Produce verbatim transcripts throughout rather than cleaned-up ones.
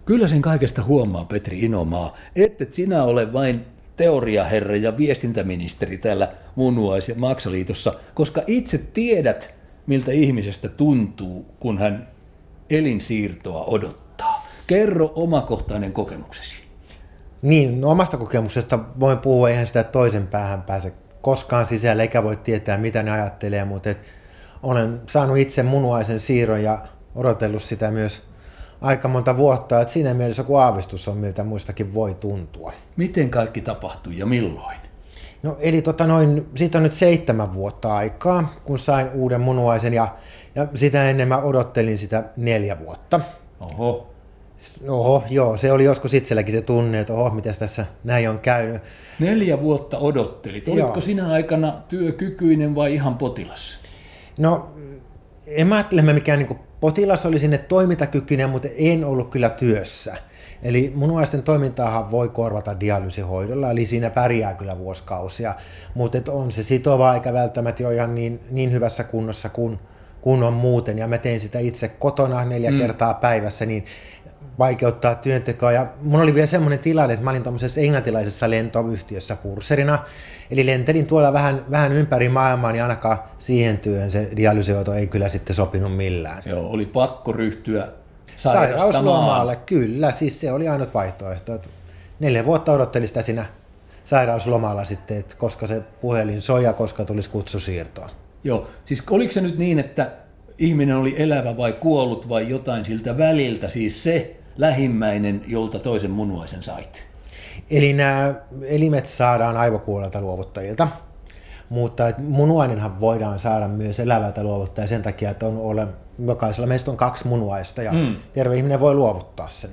Kyllä sen kaikesta huomaa, Petri Inomaa, että sinä ole vain teoriaherra ja viestintäministeri täällä Munuais- ja Maksaliitossa, koska itse tiedät, miltä ihmisestä tuntuu, kun hän elinsiirtoa odottaa. Kerro omakohtainen kokemuksesi. Niin, no omasta kokemuksesta voin puhua, eihän sitä toisen päähän pääse koskaan sisälle, eikä voi tietää, mitä ne ajattelee, mutta et olen saanut itse munuaisen siirron ja odotellut sitä myös aika monta vuotta, että siinä mielessä kun aavistus on, miltä muistakin voi tuntua. Miten kaikki tapahtui ja milloin? No eli tota noin, siitä on nyt seitsemän vuotta aikaa, kun sain uuden munuaisen ja, ja sitä ennen mä odottelin sitä neljä vuotta. Oho. Oho, joo, se oli joskus itselläkin se tunne, että oho, miten tässä näin on käynyt. Neljä vuotta odottelit. Olitko Joo. sinä aikana työkykyinen vai ihan potilas? No, en mä ajattele, että mikään niin potilas oli sinne toimintakykyinen, mutta en ollut kyllä työssä. Eli munuaisten toimintaahan voi korvata dialyysihoidolla, eli siinä pärjää kyllä vuosikausia, mutta et on se sitova eikä välttämättä ole ihan niin, niin hyvässä kunnossa kuin kun on muuten. Ja mä tein sitä itse kotona neljä mm. kertaa päivässä, niin vaikeuttaa työntekoa. Ja mun oli vielä semmoinen tilanne, että mä olin tuollaisessa englantilaisessa lentoyhtiössä purserina, eli lentelin tuolla vähän, vähän ympäri maailmaa, niin ainakaan siihen työhön se dialyysihoito ei kyllä sitten sopinut millään. Joo, oli pakko ryhtyä sairastamaan. Sairauslomalle, kyllä, siis se oli ainut vaihtoehto. Neljä vuotta odottelin sitä siinä sairauslomalla sitten, että koska se puhelin soi ja koska tulisi kutsusiirtoon. Joo, siis oliko se nyt niin, että ihminen oli elävä vai kuollut vai jotain siltä väliltä, siis se lähimmäinen, jolta toisen munuaisen sait? Eli nämä elimet saadaan aivokuolelta luovuttajilta, mutta munuainenhan voidaan saada myös elävältä luovuttajaa sen takia, että on ole, jokaisella meistä on kaksi munuaista ja mm. terve ihminen voi luovuttaa sen.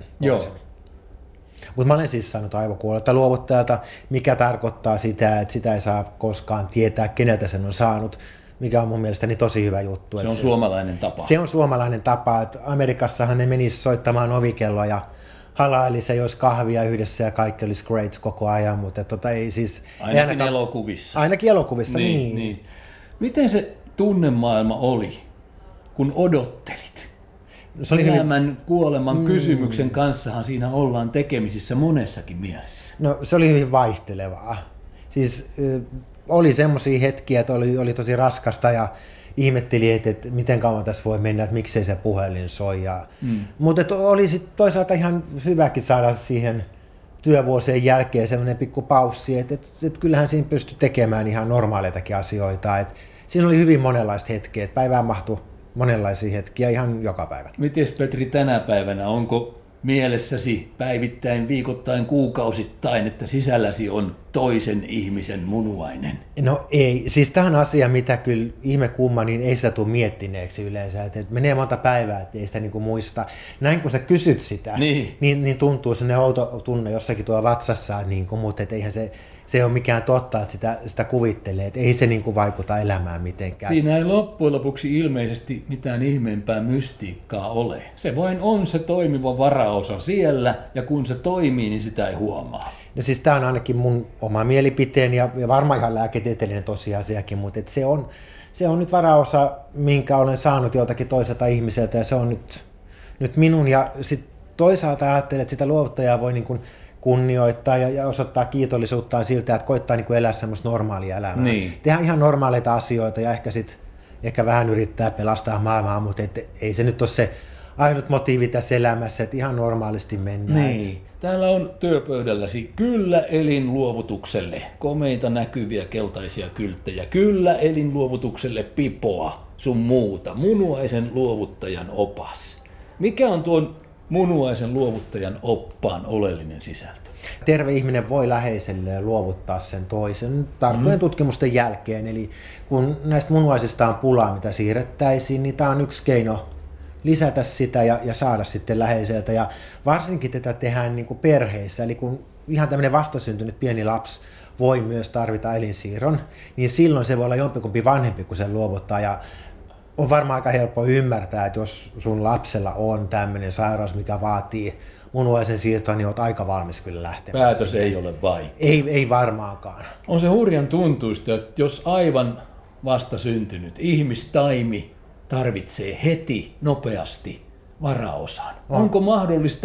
Mutta mä olen siis saanut aivokuolelta luovuttajalta, mikä tarkoittaa sitä, että sitä ei saa koskaan tietää, keneltä sen on saanut, mikä on mun mielestäni tosi hyvä juttu. Se on se, suomalainen tapa. Se on suomalainen tapa, että Amerikassahan ne menisi soittamaan ovikelloa ja halaili se, jos kahvia yhdessä ja kaikki olisi great koko ajan, mutta tota ei siis... Ainakin ei ainakaan, elokuvissa. Ainakin elokuvissa, niin, niin, niin. Miten se tunnemaailma oli, kun odottelit? Se oli elämän, hyvin... kuoleman mm. kysymyksen kanssahan siinä ollaan tekemisissä monessakin mielessä. No se oli hyvin vaihtelevaa. Siis äh, oli semmoisia hetkiä, että oli, oli tosi raskasta ja ihmetteli, että, että miten kauan tässä voi mennä, että miksei se puhelin soi. Ja... Mm. Mutta oli sitten toisaalta ihan hyväkin saada siihen työvuosien jälkeen semmoinen pikku paussi, että, että, että kyllähän siinä pystyi tekemään ihan normaaleitakin asioita. Että siinä oli hyvin monenlaista hetkeä, että päivään mahtui monenlaisia hetkiä ihan joka päivä. Mites Petri tänä päivänä, onko mielessäsi päivittäin, viikoittain, kuukausittain, että sisälläsi on toisen ihmisen munuainen? No ei, siis tämä on asia, mitä kyllä ihme kumma, niin ei sitä tule miettineeksi yleensä, että menee monta päivää, että ei sitä niinku muista. Näin kun sä kysyt sitä, niin, niin, niin tuntuu sellainen outo tunne jossakin tuolla vatsassa, niin kuin, mutta et eihän se, se ei ole mikään totta, että sitä, sitä kuvittelee, että ei se niinku vaikuta elämään mitenkään. Siinä ei loppujen lopuksi ilmeisesti mitään ihmeempää mystiikkaa ole. Se vain on se toimiva varaosa siellä, ja kun se toimii, niin sitä ei huomaa. No siis tämä on ainakin mun oma mielipiteeni ja, ja varmaan ihan lääketieteellinen tosiasiakin, mutta et se, on, se on nyt varaosa, minkä olen saanut joltakin toiselta ihmiseltä, ja se on nyt, nyt minun. Ja sit toisaalta ajattelen, että sitä luovuttajaa voi niin kuin kunnioittaa ja, ja osoittaa kiitollisuuttaan siltä, että koittaa niin kuin elää semmoista normaalia elämää. Niin. Tehdään ihan normaaleita asioita ja ehkä, sit, ehkä vähän yrittää pelastaa maailmaa, mutta et, ei se nyt ole se ainut motiivi tässä elämässä, että ihan normaalisti mennään. Niin. Täällä on työpöydälläsi kyllä elinluovutukselle, komeita näkyviä keltaisia kylttejä, kyllä elinluovutukselle pipoa sun muuta, munuaisen luovuttajan opas. Mikä on tuon munuaisen luovuttajan oppaan oleellinen sisältö? Terve ihminen voi läheiselle luovuttaa sen toisen tarkkojen mm. tutkimusten jälkeen, eli kun näistä munuaisista on pulaa, mitä siirrettäisiin, niin tämä on yksi keino lisätä sitä ja, ja saada sitten läheiseltä. Ja varsinkin tätä tehdään niin kuin perheissä, eli kun ihan tämmöinen vastasyntynyt pieni lapsi voi myös tarvita elinsiirron, niin silloin se voi olla jompikumpi vanhempi kuin sen luovuttaa. Ja on varmaan aika helppo ymmärtää, että jos sun lapsella on tämmöinen sairaus, mikä vaatii munuaisen siirtoa, niin olet aika valmis kyllä lähtemään. Päätös siihen. Ei ole vaikea. Ei, ei varmaankaan. On se hurjan tuntuista, että jos aivan vastasyntynyt ihmistaimi tarvitsee heti, nopeasti varaosan. On. Onko mahdollista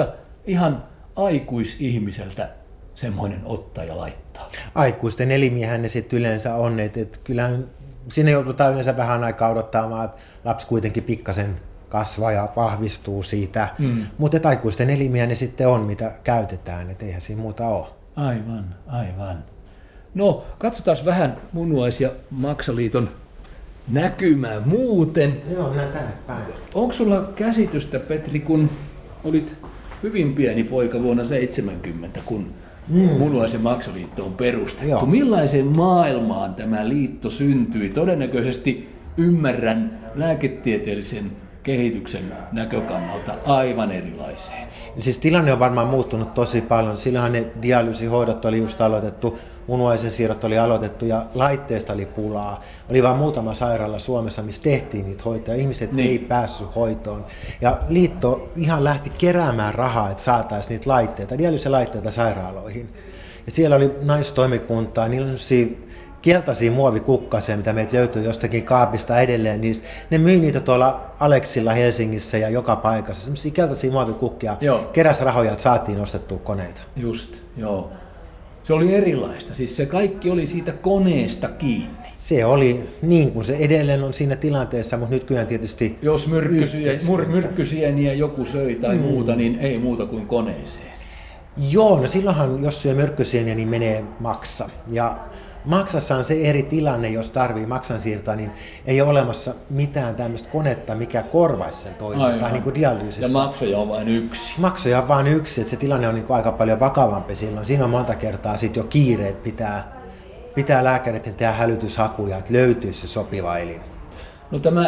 ihan aikuisihmiseltä semmoinen ottaa ja laittaa? Aikuisten elimiähän ne sitten yleensä on, että et kyllähän sinne joudutaan yleensä vähän aikaa odottamaan, että lapsi kuitenkin pikkasen kasvaa ja vahvistuu siitä, mm. mutta aikuisten elimiä ne sitten on, mitä käytetään, että eihän siinä muuta ole. Aivan, aivan. No, katsotaan vähän Munuais- ja Maksaliiton näkymää muuten. Joo, mennään tänne päin. Onko sulla käsitystä, Petri, kun olit hyvin pieni poika vuonna seitsemänkymmentä, kun mm. Munuais- ja Maksaliitto on perustettu? Joo. Millaiseen maailmaan tämä liitto syntyi? Todennäköisesti ymmärrän lääketieteellisen kehityksen näkökannalta aivan erilaiseen. Siis tilanne on varmaan muuttunut tosi paljon. Silloinhan ne dialyysihoidot oli just aloitettu, munuaisen siirrot oli aloitettu ja laitteesta oli pulaa. Oli vain muutama sairaala Suomessa, missä tehtiin niitä hoitoja. Ihmiset niin. ei päässyt hoitoon. Ja liitto ihan lähti keräämään rahaa, että saataisiin niitä laitteita, dialyysilaitteita sairaaloihin. Ja siellä oli naistoimikuntaa, niillä on keltaisia muovikukkasia, mitä meitä löytyy jostakin kaapista edelleen, niin ne myi niitä tuolla Aleksilla Helsingissä ja joka paikassa. Sellaisia keltaisia muovikukkia, keräs rahoja, että saatiin ostettua koneita. Just, joo. Se oli erilaista, siis se kaikki oli siitä koneesta kiinni. Se oli niin kuin se edelleen on siinä tilanteessa, mutta nykyään tietysti... Jos myrkkysieniä joku söi tai mm. muuta, niin ei muuta kuin koneeseen. Joo, no silloinhan jos syö myrkkysieniä, niin menee maksa. Ja maksassa on se eri tilanne, jos tarvii maksan siirtoa, niin ei ole olemassa mitään tämmöistä konetta, mikä korvaisi sen toimintaa, niin kuin dialyysissä. Ja maksoja on vain yksi. Maksoja on vain yksi, että se tilanne on niin kuin aika paljon vakavampi silloin. Siinä on monta kertaa sit jo kiire, että pitää, pitää lääkäreiden tehdä hälytyshakuja, että löytyisi se sopiva elin. No tämä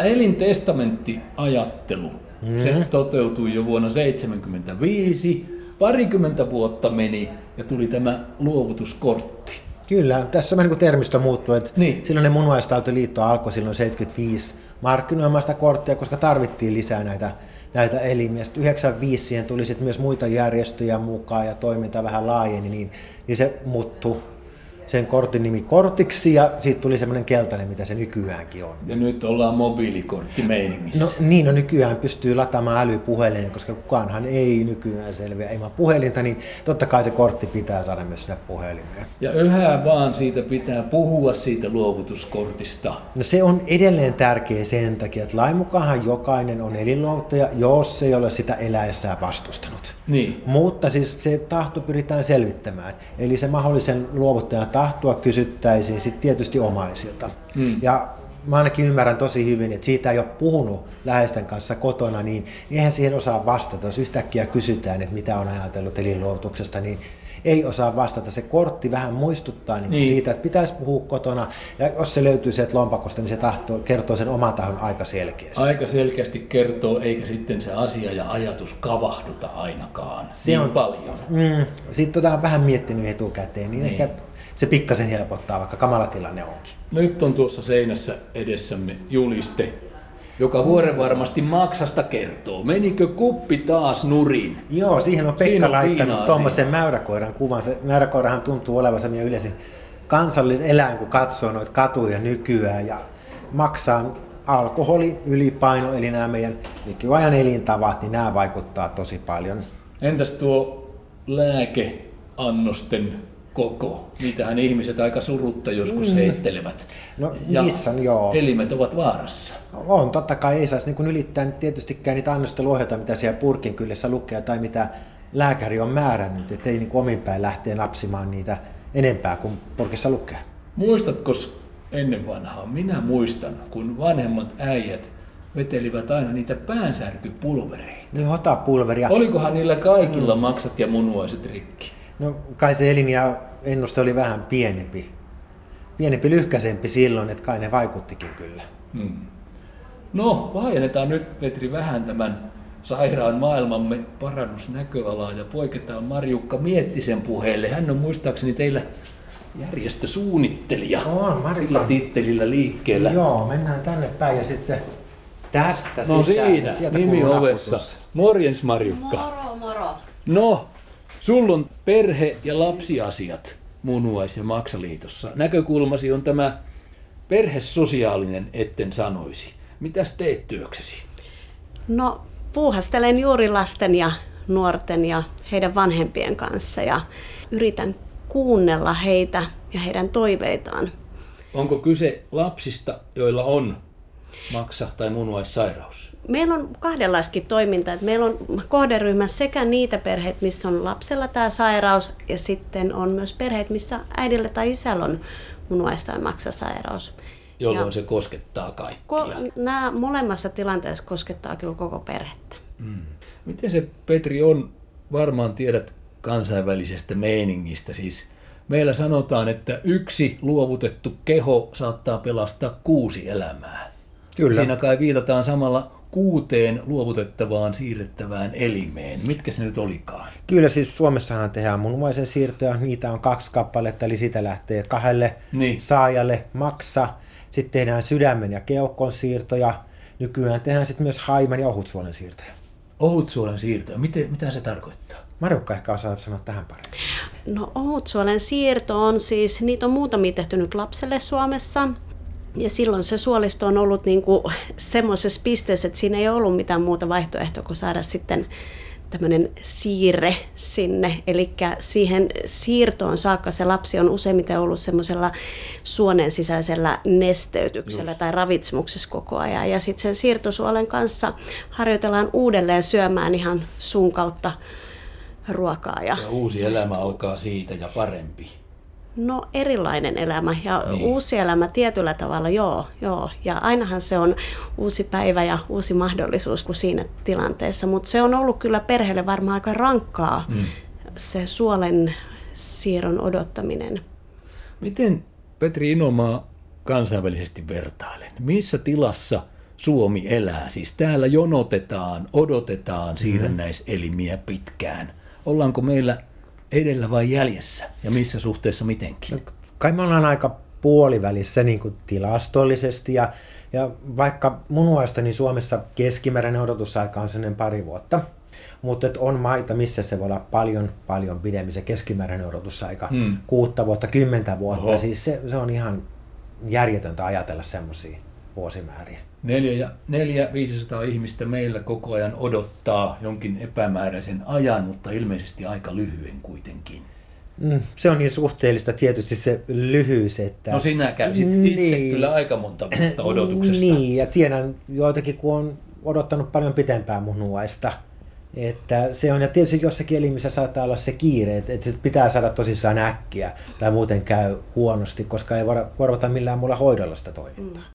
elintestamenttiajattelu, mm. se toteutui jo vuonna seitsemänkymmentäviisi. Parikymmentä vuotta meni ja tuli tämä luovutuskortti. Kyllä, tässä on vähän niin kuin termistö muuttuu, että niin. silloin ne Munuaistautiliitto alkoi silloin seitsemänkymmentäviisi markkinoimaan sitä korttia, koska tarvittiin lisää näitä, näitä elimiä. Sitten yhdeksänkymmentäviisi siihen tuli sitten myös muita järjestöjä mukaan ja toiminta vähän laajeni, niin, niin se muuttui sen kortin nimi kortiksi ja siitä tuli semmoinen keltainen, mitä se nykyäänkin on. Ja nyt ollaan mobiilikorttimeiningissä. No niin, no nykyään pystyy lataamaan älypuhelimeen, koska kukaanhan ei nykyään selviä ilman puhelinta, niin totta kai se kortti pitää saada myös sinne puhelimeen. Ja yhä vaan siitä pitää puhua siitä luovutuskortista. No se on edelleen tärkeä sen takia, että lain mukaanhan jokainen on elinluovuttaja, jos ei ole sitä eläessään vastustanut. Niin. Mutta siis se tahto pyritään selvittämään. Eli se mahdollisen luovuttajan tahtoa kysyttäisiin sitten tietysti omaisilta. Mm. Ja mä ainakin ymmärrän tosi hyvin, että siitä ei ole puhunut läheisten kanssa kotona, niin eihän siihen osaa vastata. Jos yhtäkkiä kysytään, että mitä on ajatellut elinluovutuksesta, niin ei osaa vastata. Se kortti vähän muistuttaa niin niin. siitä, että pitäisi puhua kotona, ja jos se löytyy sieltä lompakosta, niin se tahto, kertoo sen oman tahon aika selkeästi. Aika selkeästi kertoo, eikä sitten se asia ja ajatus kavahduta ainakaan se niin on paljon. Mm, sitten tota on vähän miettinyt etukäteen, niin, niin ehkä se pikkasen helpottaa, vaikka kamala tilanne onkin. Nyt on tuossa seinässä edessämme juliste, joka vuoren varmasti maksasta kertoo. Menikö kuppi taas nurin? Joo, siihen on Pekka on laittanut tuommoisen mäyräkoiran kuvan. Se mäyräkoirahan tuntuu olevan se yleisin kansalliseläin, kun katsoo noita katuja nykyään. Ja maksaa alkoholi, ylipaino, eli nämä meidän nykyajan elintavat, niin nämä vaikuttaa tosi paljon. Entäs tuo lääkeannosten koko? Niitähän ihmiset aika surutta joskus heittelevät. No ja missan, joo. Elimet ovat vaarassa. On, totta kai ei saisi niin ylittää tietystikään niitä annosteluohjeita, mitä siellä purkin kyljessä lukee tai mitä lääkäri on määrännyt, ettei niin omin päin lähteä napsimaan niitä enempää kuin purkissa lukee. Muistatko ennen vanhaa? Minä muistan, kun vanhemmat äijät vetelivät aina niitä päänsärkypulvereita. Niin hotapulveria. Olikohan niillä kaikilla mm. maksat ja munuaiset rikki? No kai se elin ja ennuste oli vähän pienempi. Pienempi, lyhkäisempi silloin, että kai ne vaikuttikin kyllä. Hmm. No, laajennetaan nyt, Petri, vähän tämän sairaan maailmamme parannusnäköalaa ja poiketaan Marjukka Miettisen puheelle. Hän on muistaakseni teillä järjestösuunnittelija. On, Marjukka. Sillä tittelillä liikkeellä. Joo, mennään tänne päin ja sitten tästä no sisään. siinä, nimi ovessa. Morjens, Marjukka. Moro, moro. No, sulla on perhe- ja lapsiasiat Munuais- ja Maksaliitossa. Näkökulmasi on tämä perhesosiaalinen, etten sanoisi. Mitäs teet työksesi? No, puuhastelen juuri lasten ja nuorten ja heidän vanhempien kanssa ja yritän kuunnella heitä ja heidän toiveitaan. Onko kyse lapsista, joilla on maksa- tai munuaissairaus? Meillä on kahdenlaiskin toimintaa. Että meillä on kohderyhmä sekä niitä perheitä, missä on lapsella tämä sairaus, ja sitten on myös perheet, missä äidillä tai isällä on munuais- tai maksasairaus. Jolloin ja se koskettaa kaikkia. Ko- nämä molemmassa tilanteessa koskettaa kyllä koko perhettä. Hmm. Miten se, Petri, on? Varmaan tiedät kansainvälisestä meiningistä. Siis meillä sanotaan, että yksi luovutettu keho saattaa pelastaa kuusi elämää. Kyllä. Siinä kai viitataan samalla kuuteen luovutettavaan siirrettävään elimeen. Mitkä se nyt olikaan? Kyllä, siis Suomessahan tehdään munuaisen siirtoja. Niitä on kaksi kappaletta, eli siitä lähtee kahdelle niin. saajalle maksa. Sitten tehdään sydämen ja keuhkon siirtoja. Nykyään tehdään sitten myös haiman ja ohutsuolen siirtoja. Ohutsuolen siirtoja. Miten, mitä se tarkoittaa? Marjukka ehkä osaa sanoa tähän paremmin. No ohutsuolen siirto on siis, niitä on muutamia tehty nyt lapselle Suomessa. Ja silloin se suolisto on ollut niinku semmoisessa pisteessä, että siinä ei ollut mitään muuta vaihtoehtoa kuin saada sitten tämmöinen siirre sinne. Eli siihen siirtoon saakka se lapsi on useimmiten ollut semmoisella suonen sisäisellä nesteytyksellä Just. tai ravitsemuksessa koko ajan. Ja sitten sen siirtosuolen kanssa harjoitellaan uudelleen syömään ihan suun kautta ruokaa. Ja, ja uusi elämä alkaa siitä ja parempi. No erilainen elämä ja niin. uusi elämä tietyllä tavalla, joo, joo. Ja ainahan se on uusi päivä ja uusi mahdollisuus kuin siinä tilanteessa, mutta se on ollut kyllä perheelle varmaan aika rankkaa mm. se suolen siirron odottaminen. Miten, Petri Inomaa, kansainvälisesti vertailen? Missä tilassa Suomi elää? Siis täällä jonotetaan, odotetaan siirrännäiselimiä pitkään. Ollaanko meillä edellä vai jäljessä ja missä suhteessa mitenkin? No, kai me ollaan aika puolivälissä niin kuin tilastollisesti ja, ja vaikka munuaista, niin Suomessa keskimääräinen odotusaika on sellainen pari vuotta, mutta on maita, missä se voi olla paljon, paljon pidemmin se keskimääräinen odotusaika, hmm. kuutta vuotta, kymmentä vuotta, Oho. siis se, se on ihan järjetöntä ajatella semmoisia vuosimääriä. Neljä ja neljä, viisisataa ihmistä meillä koko ajan odottaa jonkin epämääräisen ajan, mutta ilmeisesti aika lyhyen kuitenkin. Mm, se on niin suhteellista tietysti se lyhyys, että... No sinä kävisit itse niin, kyllä aika monta vuotta odotuksesta. Niin, ja tiedän joitakin, kun on odottanut paljon pitempään munuaista. Että se on, ja tietysti jossakin elimissä saattaa olla se kiire, että se pitää saada tosissaan äkkiä, tai muuten käy huonosti, koska ei voida korvata millään muulla hoidolla sitä toimintaa. Mm.